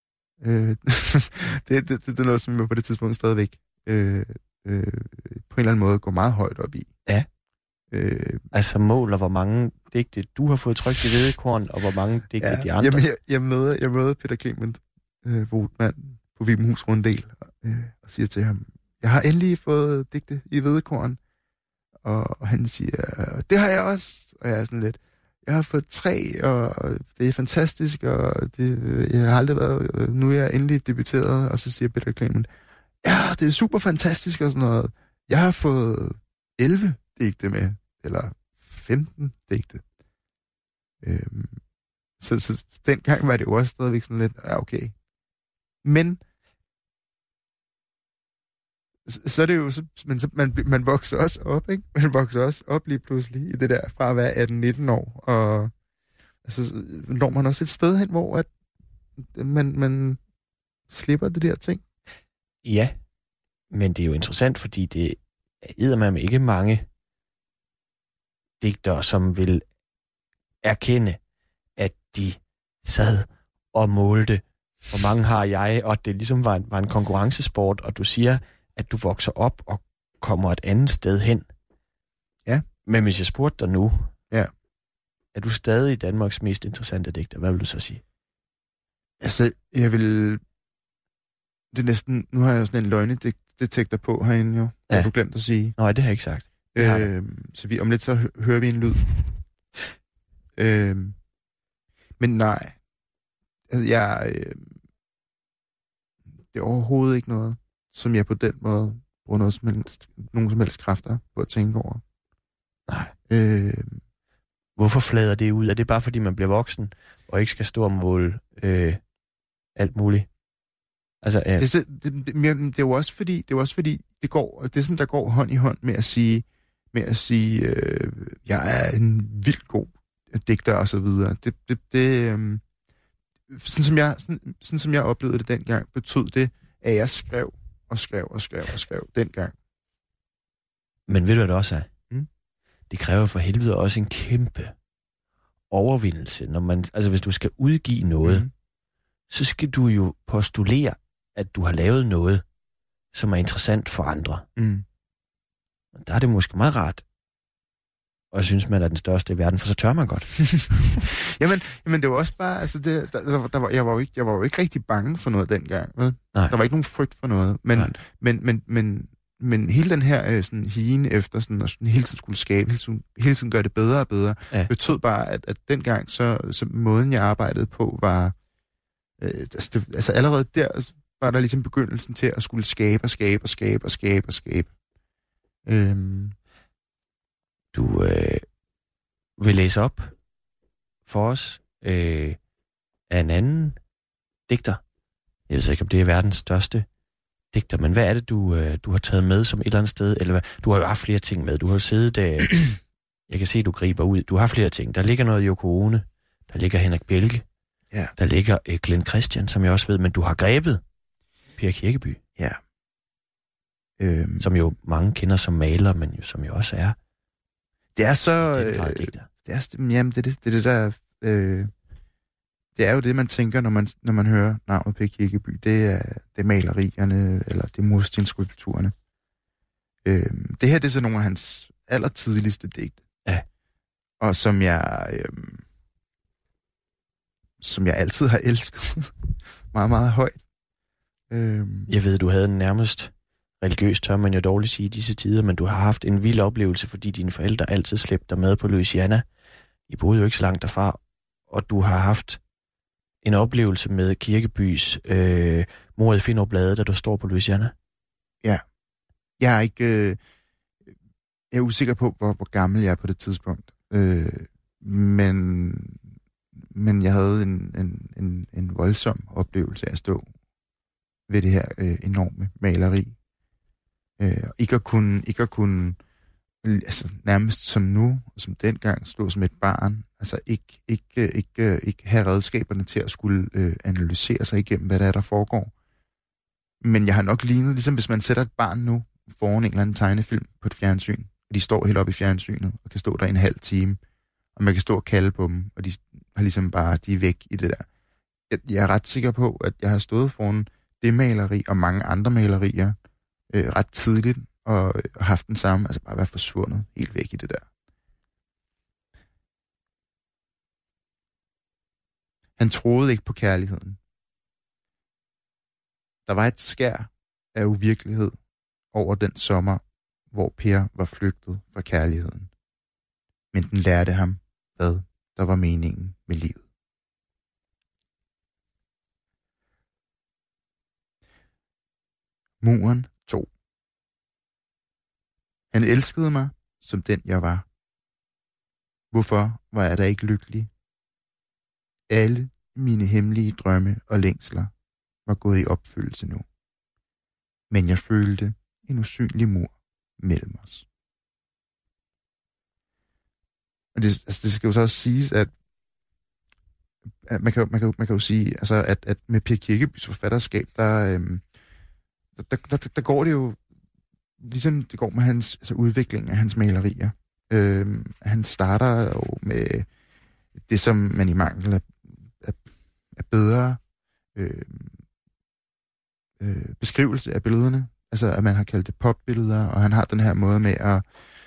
D: det er noget, som jeg på det tidspunkt stadigvæk på en eller anden måde går meget højt op i.
E: Ja. Altså måler, hvor mange digte du har fået trykt i hvedekorn, og hvor mange digte de andre.
D: Jamen, jeg møder Peter Clement Voetmann på Vibenhus Runddel og siger til ham, jeg har endelig fået digte i hvedekorn. Og han siger, det har jeg også. Og jeg er sådan lidt, jeg har fået 3, og det er fantastisk, og jeg har aldrig været, nu er jeg endelig debuteret. Og så siger Peter Clement, ja, det er super fantastisk og sådan noget. Jeg har fået 11 digte med, eller 15 digte. Så dengang var det jo også stadigvæk sådan lidt, ja, okay. Men så er det jo, man vokser også op, ikke? Man vokser også op lige pludselig i det der, fra at være 18-19 år, og altså, når man også et sted hen, hvor at man slipper det der ting.
E: Ja, men det er jo interessant, fordi det eddermame ikke mange digtere, som vil erkende, at de sad og målte, hvor mange har jeg, og det ligesom var en konkurrencesport, og du siger, at du vokser op og kommer et andet sted hen.
D: Ja.
E: Men hvis jeg spurgte dig nu,
D: ja,
E: er du stadig Danmarks mest interessante digter? Hvad vil du så sige?
D: Altså, jeg vil... Det er næsten... Nu har jeg jo sådan en løgnedetektor på herinde, jo. Ja. Har du glemt at sige.
E: Nej, det har jeg ikke sagt.
D: Så om lidt, så hører vi en lyd. Men nej. Altså, det er overhovedet ikke noget, som jeg på den måde bruger nogen som helst kræfter på at tænke over.
E: Nej. Hvorfor flader det ud? Er det bare fordi, man bliver voksen, og ikke skal stå og måle alt muligt? Altså,
D: det er jo også fordi, det går, det som der går hånd i hånd med at sige, jeg er en vildt god digter og så videre. Sådan som jeg oplevede det dengang, betød det, at jeg skrev dengang.
E: Men ved du, hvad det også er? Det kræver for helvede også en kæmpe overvindelse. Når man, altså hvis du skal udgive noget, så skal du jo postulere, at du har lavet noget, som er interessant for andre. Der er det måske meget rart, og jeg synes, man er den største i verden, for så tør man godt.
D: jamen det var også bare, altså jeg var jo ikke rigtig bange for noget dengang, vel?
E: Nej.
D: Der var ikke nogen frygt for noget, men hele den her sådan hien efter sådan, at hele tiden skulle skabe, hele tiden gøre det bedre og bedre, betød bare, at dengang så måden, jeg arbejdede på, var altså allerede der var der ligesom begyndelsen til at skulle skabe.
E: Du vil læse op for os af en anden digter. Jeg ved ikke, om det er verdens største digter, men hvad er det, du har taget med som et eller andet sted? Eller hvad? Du har jo haft flere ting med. Du har siddet jeg kan se, du griber ud. Du har flere ting. Der ligger noget Yoko Ono. Der ligger Henrik Bjelke.
D: Ja.
E: Der ligger Glenn Christian, som jeg også ved, men du har grebet Per Kirkeby.
D: Ja.
E: Som jo mange kender som maler, men jo, som jo også er.
D: Det er så... Det er jo det, man tænker, når man hører navnet Per Kirkeby. Det er malerierne, eller det er murstensskulpturerne. Det her, det er så nogle af hans allertidligste digte.
E: Ja.
D: Og som jeg altid har elsket meget, meget højt.
E: Jeg ved, du havde en nærmest religiøst tør man jo dårligt sige i disse tider, men du har haft en vild oplevelse, fordi dine forældre altid slæbte dig med på Louisiana. I boede jo ikke så langt derfra, og du har haft en oplevelse med Kirkebys Mordet i Finderup-bladet, da du står på Louisiana.
D: Ja. Jeg er ikke... jeg er usikker på, hvor gammel jeg er på det tidspunkt. Men jeg havde en voldsom oplevelse af at stå ved det her enorme maleri. Ikke at kunne altså nærmest som nu, som dengang, stå som et barn. Altså ikke have redskaberne til at skulle analysere sig igennem, hvad der er, der foregår. Men jeg har nok lignet, ligesom hvis man sætter et barn nu foran en eller anden tegnefilm på et fjernsyn, og de står helt oppe i fjernsynet og kan stå der en halv time, og man kan stå og kalde på dem, og de har ligesom bare, de er væk i det der. Jeg er ret sikker på, at jeg har stået foran det maleri og mange andre malerier ret tidligt, og haft den samme, altså bare være forsvundet helt væk i det der. Han troede ikke på kærligheden. Der var et skær af uvirkelighed over den sommer, hvor Per var flygtet fra kærligheden. Men den lærte ham, hvad der var meningen med livet. Muren 2. Han elskede mig, som den jeg var. Hvorfor var jeg da ikke lykkelig? Alle mine hemmelige drømme og længsler var gået i opfyldelse nu. Men jeg følte en usynlig mur mellem os. Og det skal jo så også siges, at man kan jo sige, altså, at med Per Kirkebys forfatterskab, der går det jo, ligesom det går med hans udvikling af hans malerier. Han starter jo med det, som man i mangel af bedre beskrivelse af billederne. Altså, at man har kaldt det popbilleder, og han har den her måde med at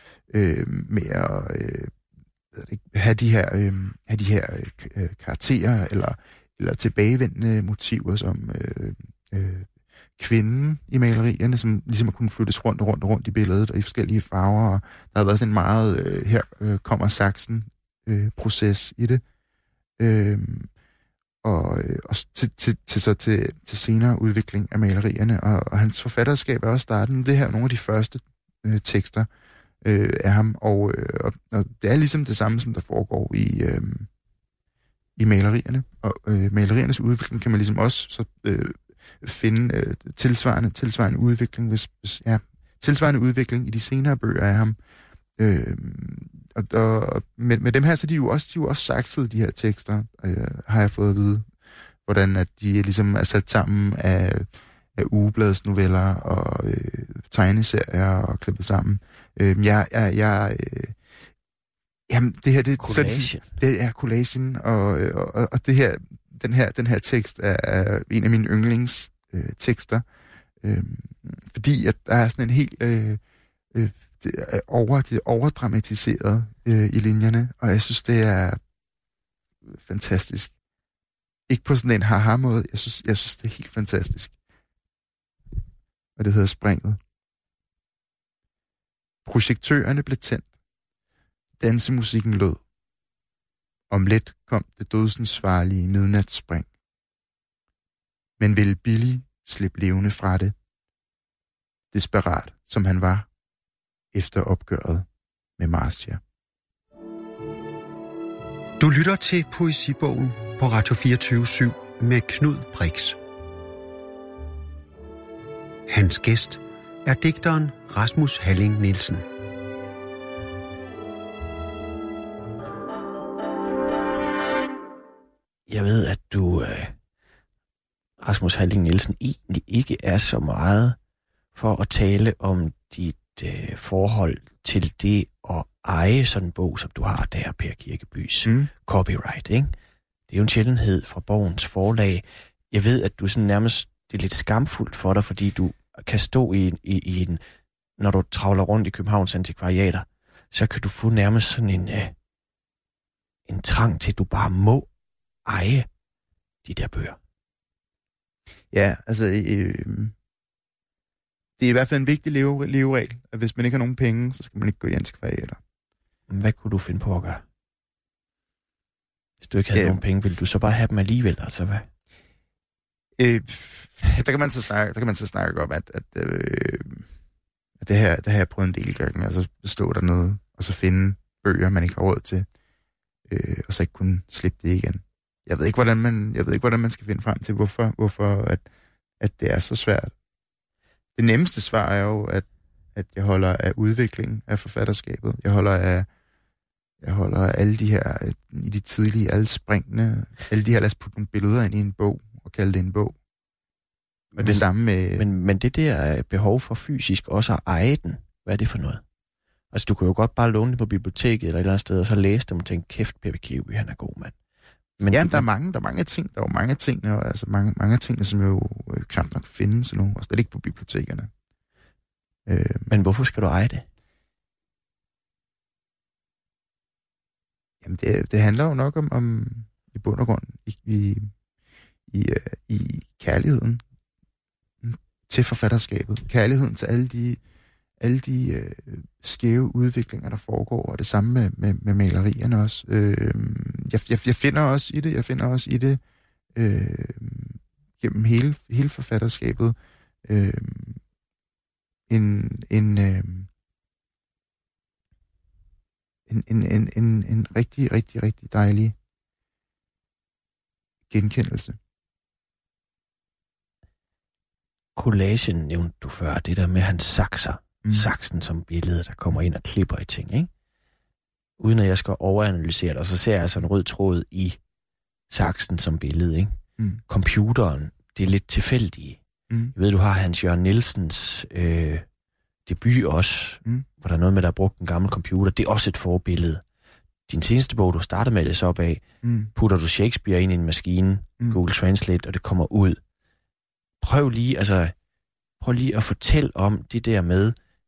D: have de her karakterer eller tilbagevendende motiver som kvinden i malerierne, som ligesom at kunne flyttes rundt i billedet og i forskellige farver. Og der har været sådan en meget her kommer saksen proces i det. Og til senere udvikling af malerierne. Og hans forfatterskab er også startet. Det her er nogle af de første tekster af ham, og det er ligesom det samme, som der foregår i malerierne. Og maleriernes udvikling kan man ligesom også så finde tilsvarende udvikling, tilsvarende udvikling i de senere bøger af ham. Og med dem her, så de er jo også sakset, de her tekster, har jeg fået at vide, hvordan at de ligesom er sat sammen af ugebladsnoveller og tegneserier og klippet sammen. Jamen, det her, det er collagen, og det her, den her tekst er en af mine yndlingstekster, fordi at der er sådan en helt det er overdramatiseret i linjerne, og jeg synes, det er fantastisk. Ikke på sådan en haha-måde, jeg synes, det er helt fantastisk. Og det hedder Springet. Projektørerne blev tændt. Dansemusikken lød. Om lidt kom det dødsensfarlige midnatsspring. Men ville Billy slippe levende fra det? Desperat, som han var, efter opgøret med Marcia.
B: Du lytter til Poesibogen på Radio 24/7 med Knud Brix. Hans gæst er digteren Rasmus Halling Nielsen.
E: Jeg ved, at du, Rasmus Halling Nielsen, egentlig ikke er så meget for at tale om dit forhold til det at eje sådan en bog, som du har der, Per Kirkebys copyright, ikke? Det er jo en sjældenhed fra Borgens Forlag. Jeg ved, at du sådan nærmest, det er lidt skamfuldt for dig, fordi du kan stå i en, når du travler rundt i Københavns antikvariater, så kan du få nærmest sådan en trang til, at du bare må eje de der bøger.
D: Ja, altså det er i hvert fald en vigtig leveregel, at hvis man ikke har nogen penge, så skal man ikke gå i antikvariater.
E: Hvad kunne du finde på at gøre? Hvis du ikke havde nogen penge, ville du så bare have dem alligevel, altså hvad?
D: Der kan man så snakke om, at det her har jeg prøvet en del gange, altså stå dernede, og så finde bøger, man ikke har råd til, og så ikke kunne slippe det igen. Jeg ved ikke, hvordan man skal finde frem til, hvorfor at det er så svært. Det nemmeste svar er jo, at jeg holder af udvikling af forfatterskabet. Jeg holder af alle de her, i de tidlige, alle springene, alle de her, lad os putte nogle billeder ind i en bog, og kalde det en bog. Og det samme med... Men
E: det der behov for fysisk også at eje den, hvad er det for noget? Altså, du kan jo godt bare låne det på biblioteket eller et eller andet sted, og så læse dem og tænke, kæft, Peppe Kiwi, han er god, mand. Men
D: ja, der er mange ting. Der er jo mange ting, altså mange af tingene, som jo knap nok findes endnu, og slet ikke på bibliotekerne.
E: Men hvorfor skal du eje det?
D: Jamen, det handler jo nok om i bund og grund i kærligheden til forfatterskabet. Kærligheden til alle de skæve udviklinger, der foregår, og det samme med malerierne også. Jeg finder også i det gennem hele forfatterskabet en rigtig, rigtig, rigtig dejlig genkendelse.
E: Collagen nævnte du før, det der med hans sakser. Saksen som billede, der kommer ind og klipper i ting, ikke? Uden at jeg skal overanalysere det, og så ser jeg altså en rød tråd i saksen som billede, ikke? Computeren, det er lidt tilfældigt. Jeg ved, du har Hans Jørgen Nielsens debut også, hvor der er noget med, der er brugt en gammel computer. Det er også et forbillede. Din seneste bog, du starter med at læse op af, putter du Shakespeare ind i en maskine, Google Translate, og det kommer ud. Prøv lige at fortælle om det der med,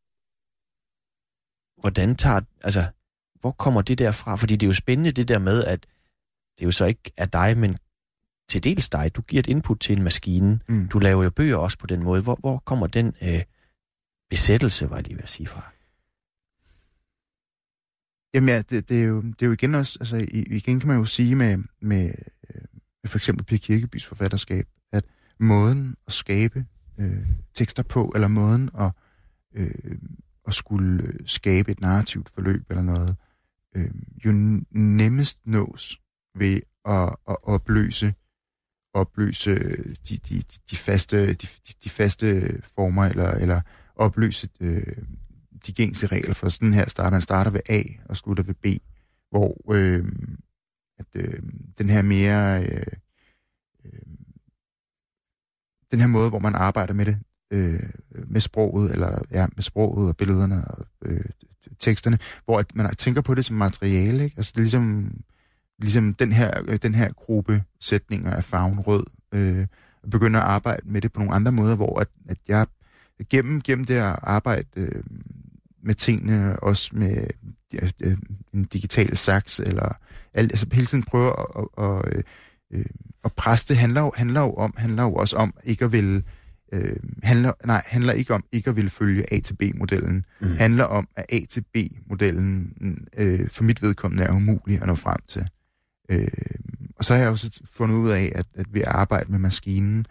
E: hvor kommer det der fra? Fordi det er jo spændende det der med, at det jo så ikke er dig, men til dels dig. Du giver et input til en maskine. Du laver jo bøger også på den måde. Hvor kommer den besættelse, var jeg lige ved at sige fra?
D: Jamen ja, det er jo igen også, altså igen kan man jo sige med for eksempel P. Kirkebys forfatterskab, at måden at skabe tekster på, eller måden at skulle skabe et narrativt forløb eller noget, jo nemmest nås ved at opløse de faste former, eller opløse de gængse regler for sådan her man starter ved A og slutter ved B, hvor den her mere den her måde, hvor man arbejder med det, med sproget, med sproget og billederne og teksterne, hvor at man tænker på det som materiale, ikke? Altså det er ligesom den her gruppe sætninger af farven rød, og begynder at arbejde med det på nogle andre måder, hvor at jeg gennem det at arbejde med tingene, også med en digital saks, eller altså hele tiden prøve at presse det, handler jo også om ikke at ville handler ikke om ikke at ville følge A til B-modellen. Handler om, at A til B-modellen for mit vedkommende er umulig at nå frem til. Og så har jeg også fundet ud af, at ved at arbejde med maskinen,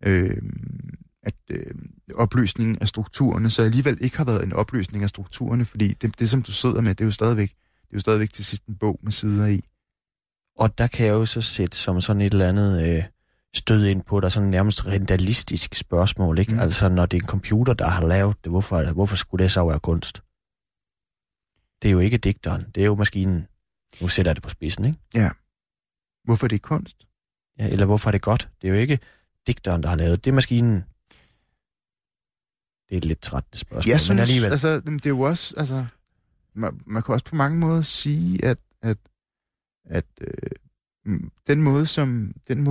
D: opløsningen af strukturerne, så alligevel ikke har været en opløsning af strukturerne, fordi det som du sidder med, det er jo stadigvæk til sidst en bog med sider i.
E: Og der kan jeg jo så sætte som sådan et eller andet stød ind på, der er sådan nærmest rendalistisk spørgsmål, ikke? Altså, når det er en computer, der har lavet det, hvorfor skulle det så være kunst? Det er jo ikke digteren, det er jo maskinen. Nu sætter jeg det på spidsen, ikke?
D: Ja. Hvorfor er det kunst?
E: Ja, eller hvorfor er det godt? Det er jo ikke digteren, der har lavet det, er maskinen. Det er et lidt trættende spørgsmål,
D: jeg synes,
E: men alligevel.
D: Altså, det er jo også, altså, man kan også på mange måder sige, at den måde, som den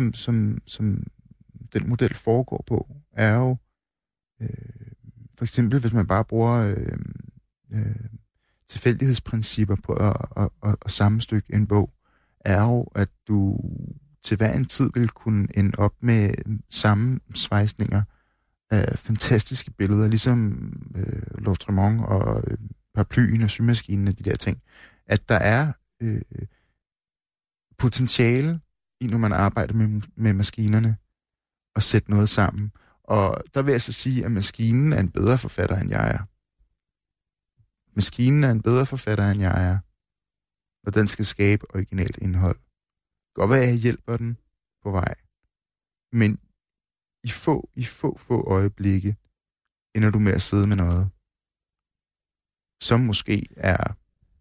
D: model foregår på, er jo for eksempel, hvis man bare bruger tilfældighedsprincipper på at sammenstykke en bog, er jo, at du til hver en tid vil kunne ende op med sammensvejsninger af fantastiske billeder, ligesom Lautremont og paraplyen og symaskinen og de der ting, at der er potentiale i, når man arbejder med maskinerne, og sætte noget sammen. Og der vil jeg så sige, at maskinen er en bedre forfatter, end jeg er. Maskinen er en bedre forfatter, end jeg er, og den skal skabe originalt indhold. Det kan godt være, at jeg hjælper den på vej, men i få øjeblikke ender du med at sidde med noget, som måske er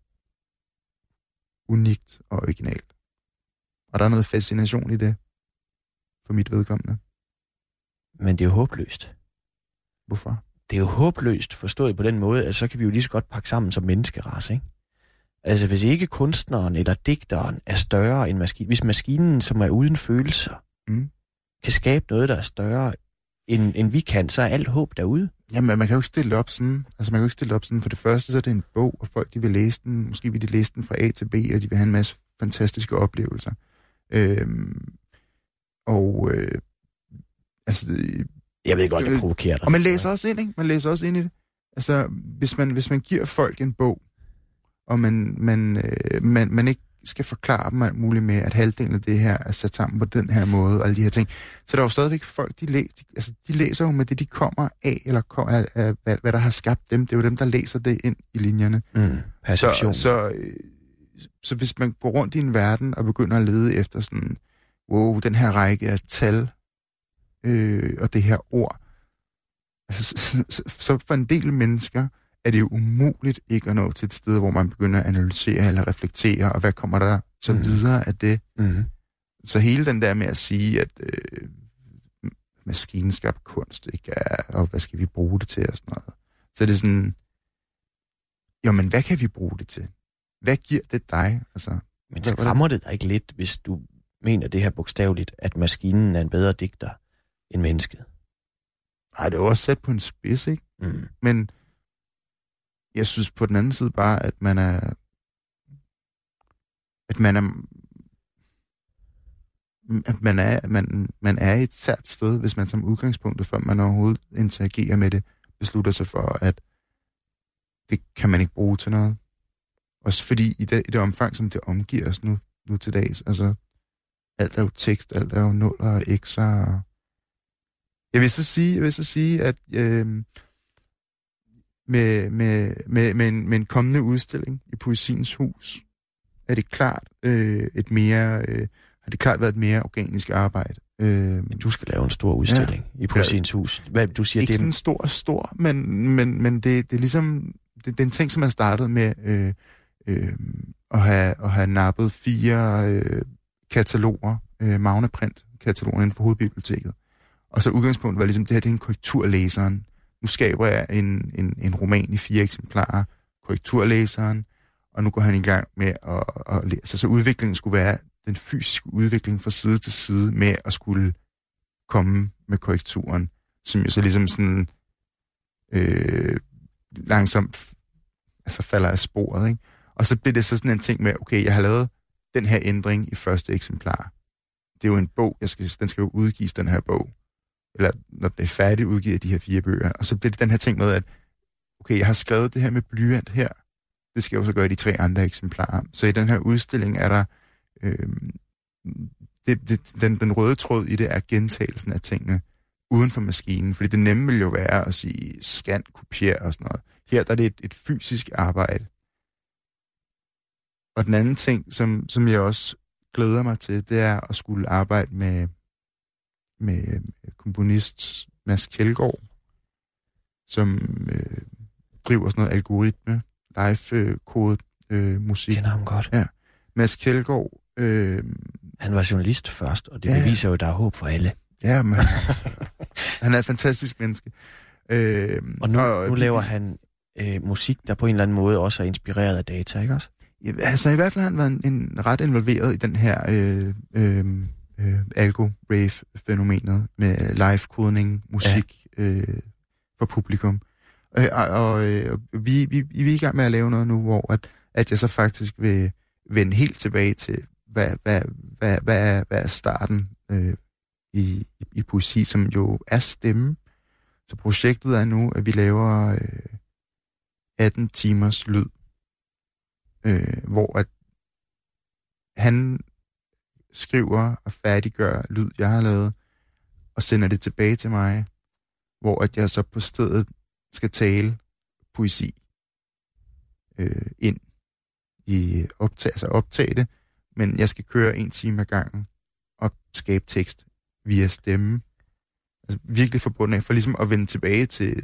D: unikt og originalt. Og der er noget fascination i det, for mit vedkommende.
E: Men det er jo håbløst.
D: Hvorfor?
E: Det er jo håbløst forstået på den måde, at så kan vi jo lige så godt pakke sammen som menneskerace, ikke? Altså, hvis ikke kunstneren eller digteren er større end maskinen, hvis maskinen, som er uden følelser, kan skabe noget, der er større end vi kan, så er alt håb derude.
D: Jamen, man kan jo ikke stille det op sådan. Altså, man kan jo ikke stille det op sådan. For det første, så er det en bog, og folk, de vil læse den. Måske vil de læse den fra A til B, og de vil have en masse fantastiske oplevelser.
E: Jeg ved godt, jeg provokerer dig.
D: Og man læser også ind, ikke? Man læser også ind i det. Altså, hvis man giver folk en bog, og man ikke skal forklare dem alt muligt med, at halvdelen af det her er sat sammen på den her måde, og alle de her ting, så der er jo stadigvæk folk, de læser jo med det, de kommer af, eller af hvad der har skabt dem. Det er jo dem, der læser det ind i linjerne. Så hvis man går rundt i en verden, og begynder at lede efter sådan, wow, den her række af tal, og det her ord, altså, så for en del mennesker er det jo umuligt ikke at nå til et sted, hvor man begynder at analysere eller reflektere, og hvad kommer der så videre af det. Så hele den der med at sige, at maskinskabt kunst ikke er, og hvad skal vi bruge det til og sådan noget. Så er det sådan, jamen hvad kan vi bruge det til? Hvad giver det dig? Altså,
E: men skræmmer det dig ikke lidt, hvis du mener det her bogstaveligt, at maskinen er en bedre digter end mennesket?
D: Nej, det er jo også sat på en spids, ikke? Men jeg synes på den anden side bare, at man er et sært sted, hvis man som udgangspunkt, før man overhovedet interagerer med det, beslutter sig for, at det kan man ikke bruge til noget. Også fordi i det omfang, som det omgiver os nu til dags, altså alt er jo tekst, alt er jo nuller og x'er. Jeg vil så sige, at med en kommende udstilling i Poesiens Hus, er det klart har det klart været et mere organisk arbejde.
E: Men du skal lave en stor udstilling i Poesiens Hus. Hvad du siger,
D: ikke
E: det
D: sådan stor, men det er ligesom det er en ting, som er startet med at have nappet 4 kataloger, Magnaprint-kataloger inden for Hovedbiblioteket. Og så udgangspunktet var ligesom, det her det er en korrekturlæseren. Nu skaber jeg en roman i 4 eksemplarer, korrekturlæseren, og nu går han i gang med at læse. Så udviklingen skulle være den fysiske udvikling fra side til side med at skulle komme med korrekturen, som jo så ligesom sådan langsomt falder af sporet, ikke? Og så bliver det så sådan en ting med, okay, jeg har lavet den her ændring i første eksemplar. Det er jo en bog, den skal jo udgives, den her bog. Eller når det er færdigt udgivet af de her 4 bøger. Og så bliver det den her ting med, at okay, jeg har skrevet det her med blyant her. Det skal jeg jo så gøre i de 3 andre eksemplarer. Så i den her udstilling er der den røde tråd i det er gentagelsen af tingene uden for maskinen. Fordi det nemme vil jo være at sige scan, kopier og sådan noget. Her der er det et fysisk arbejde. Og den anden ting, som jeg også glæder mig til, det er at skulle arbejde med komponist Mads Kjeldgaard, som driver sådan noget algoritme, live-kodet musik.
E: Kender ham godt.
D: Ja. Mads Kjeldgaard.
E: Han var journalist først, og det beviser jo, at der er håb for alle.
D: Ja, men han er et fantastisk menneske.
E: Og nu laver han musik, der på en eller anden måde også er inspireret af data, ikke også?
D: Ja, altså i hvert fald har han været ret involveret i den her algo-rave-fænomenet med live-kodning, musik for publikum. Og vi er i gang med at lave noget nu, hvor at jeg så faktisk vil vende helt tilbage til, hvad er starten i poesi, som jo er stemme, Så projektet er nu, at vi laver 18 timers lyd, hvor at han skriver og færdiggør lyd, jeg har lavet, og sender det tilbage til mig, hvor at jeg så på stedet skal tale poesi ind i optage det, men jeg skal køre 1 time ad gangen og skabe tekst via stemme. Altså virkelig forbundet af, for ligesom at vende tilbage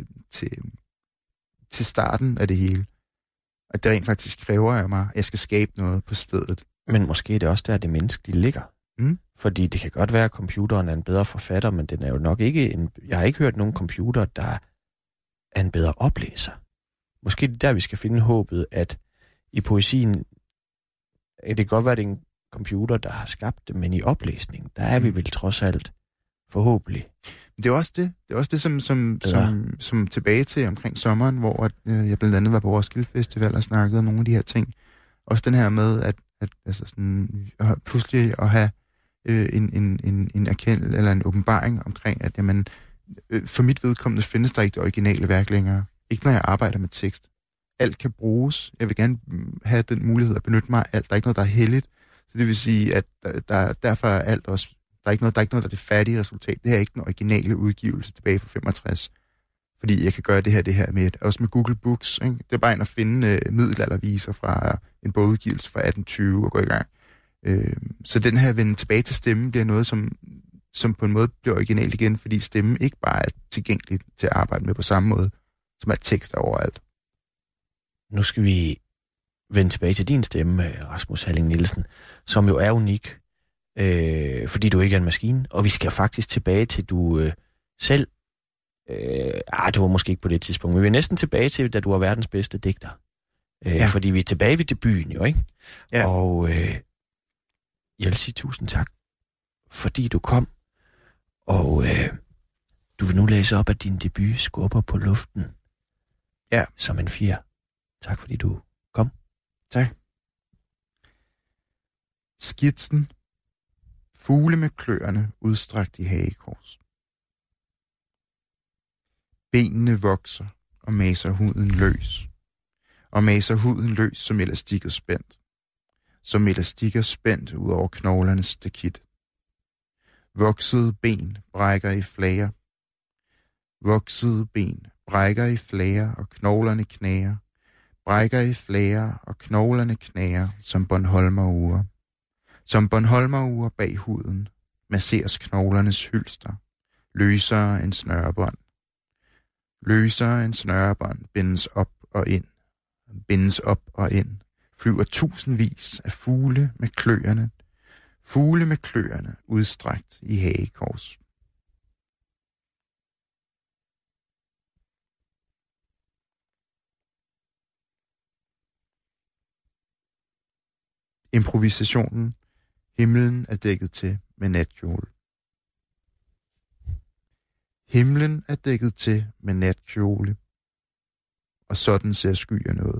D: til starten af det hele. Og det rent faktisk kræver af mig, at jeg skal skabe noget på stedet.
E: Men måske er det også der, det menneskelige ligger. Fordi det kan godt være, at computeren er en bedre forfatter, men den er jo nok ikke jeg har ikke hørt nogen computer, der er en bedre oplæser. Måske det er der, vi skal finde håbet, at i poesien, det kan godt være, at det er en computer, der har skabt det, men i oplæsning, der er vi vel trods alt forhåbentlig.
D: Det er også det, som tilbage til omkring sommeren, hvor jeg blandt andet var på Roskilde Festival og snakkede om nogle af de her ting. Også den her med, at altså sådan, pludselig at have en erkendelse eller en åbenbaring omkring, at jamen, for mit vedkommende findes der ikke det originale værk længere. Ikke når jeg arbejder med tekst. Alt kan bruges. Jeg vil gerne have den mulighed at benytte mig af alt. Der er ikke noget, der er helligt. Så det vil sige, at derfor er alt også... Der er ikke noget, der er det færdige resultat. Det her er ikke den originale udgivelse tilbage fra 65. Fordi jeg kan gøre det her med også med Google Books. Ikke? Det er bare at finde middelalderviser fra en bogudgivelse fra 1820 og gå i gang. Så den her vende tilbage til stemmen bliver noget, som på en måde bliver originalt igen, fordi stemmen ikke bare er tilgængelig til at arbejde med på samme måde, som er tekster overalt.
E: Nu skal vi vende tilbage til din stemme, Rasmus Halling Nielsen, som jo er unik, fordi du ikke er en maskine, og vi skal faktisk tilbage til, du selv, det var måske ikke på det tidspunkt, men vi er næsten tilbage til, da du var verdens bedste digter. Fordi vi er tilbage ved debuten, jo, ikke? Ja. Og jeg vil sige 1000 tak, fordi du kom, og du vil nu læse op, at din debut skubber på luften.
D: Ja.
E: Som en fjer. Tak fordi du kom.
D: Tak. Skitsen. Fugle med kløerne udstrakt i hagekors. Benene vokser og maser huden løs. Og maser huden løs som elastik og spændt. Som elastik og spændt ud over knoglernes stakit. Voksede ben brækker i flager. Voksede ben brækker i flager og knoglerne knager. Brækker i flager og knoglerne knager som Bornholmer-ure. Som Bornholmer-ure bag huden masseres knoglernes hylster. Løsere end snørebånd. Løsere end snørebånd bindes op og ind. Bindes op og ind. Flyver tusindvis af fugle med kløerne. Fugle med kløerne udstrakt i hagekors. Improvisationen. Himlen er dækket til med natkjole. Himlen er dækket til med natkjole, og sådan ser skyerne ud.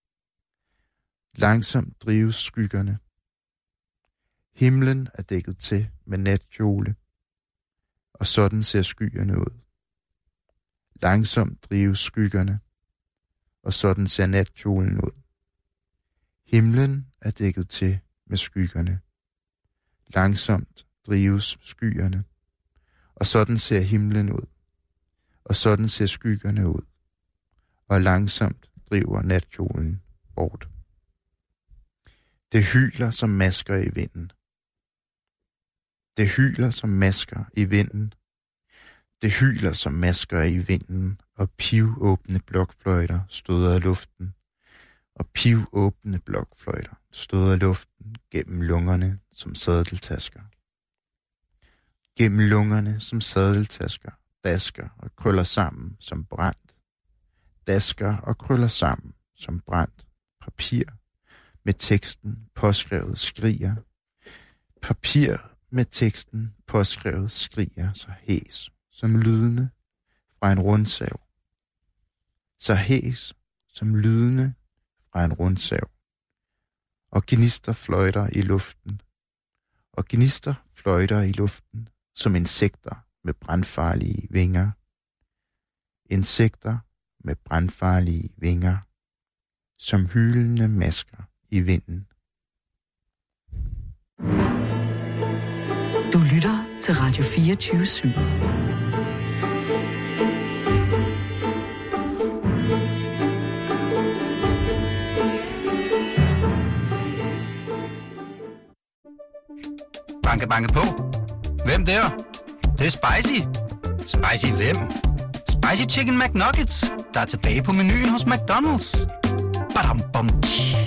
D: Langsomt drives skyggerne. Himlen er dækket til med natkjole, og sådan ser skyerne ud. Langsomt drives skyggerne, og sådan ser natkjolen ud. Himlen er dækket til med skyggerne. Langsomt drives skyerne, og sådan ser himlen ud. Og sådan ser skyggerne ud. Og langsomt driver natkjolen bort. Det hyler som masker i vinden. Det hyler som masker i vinden. Det hyler som masker i vinden, og pivåbne blokfløjter støder af luften. Og pivåbne blokfløjter støder luften gennem lungerne som sadeltasker. Gennem lungerne som sadeltasker, dasker og krøller sammen som brændt. Dasker og krøller sammen som brændt papir med teksten påskrevet skriger. Papir med teksten påskrevet skriger så hæs som lydende fra en rundsav. Så hæs som lydende fra en rundsav. Og gnister fløjter i luften. Og gnister fløjter i luften som insekter med brandfarlige vinger. Insekter med brandfarlige vinger, som hylende masker i vinden.
C: Du lytter til Radio 24/7.
A: Banke, banke på. Hvem der? Det er spicy. Spicy hvem? Spicy Chicken McNuggets, der er tilbage på menuen hos McDonald's. Badum, bom, tji.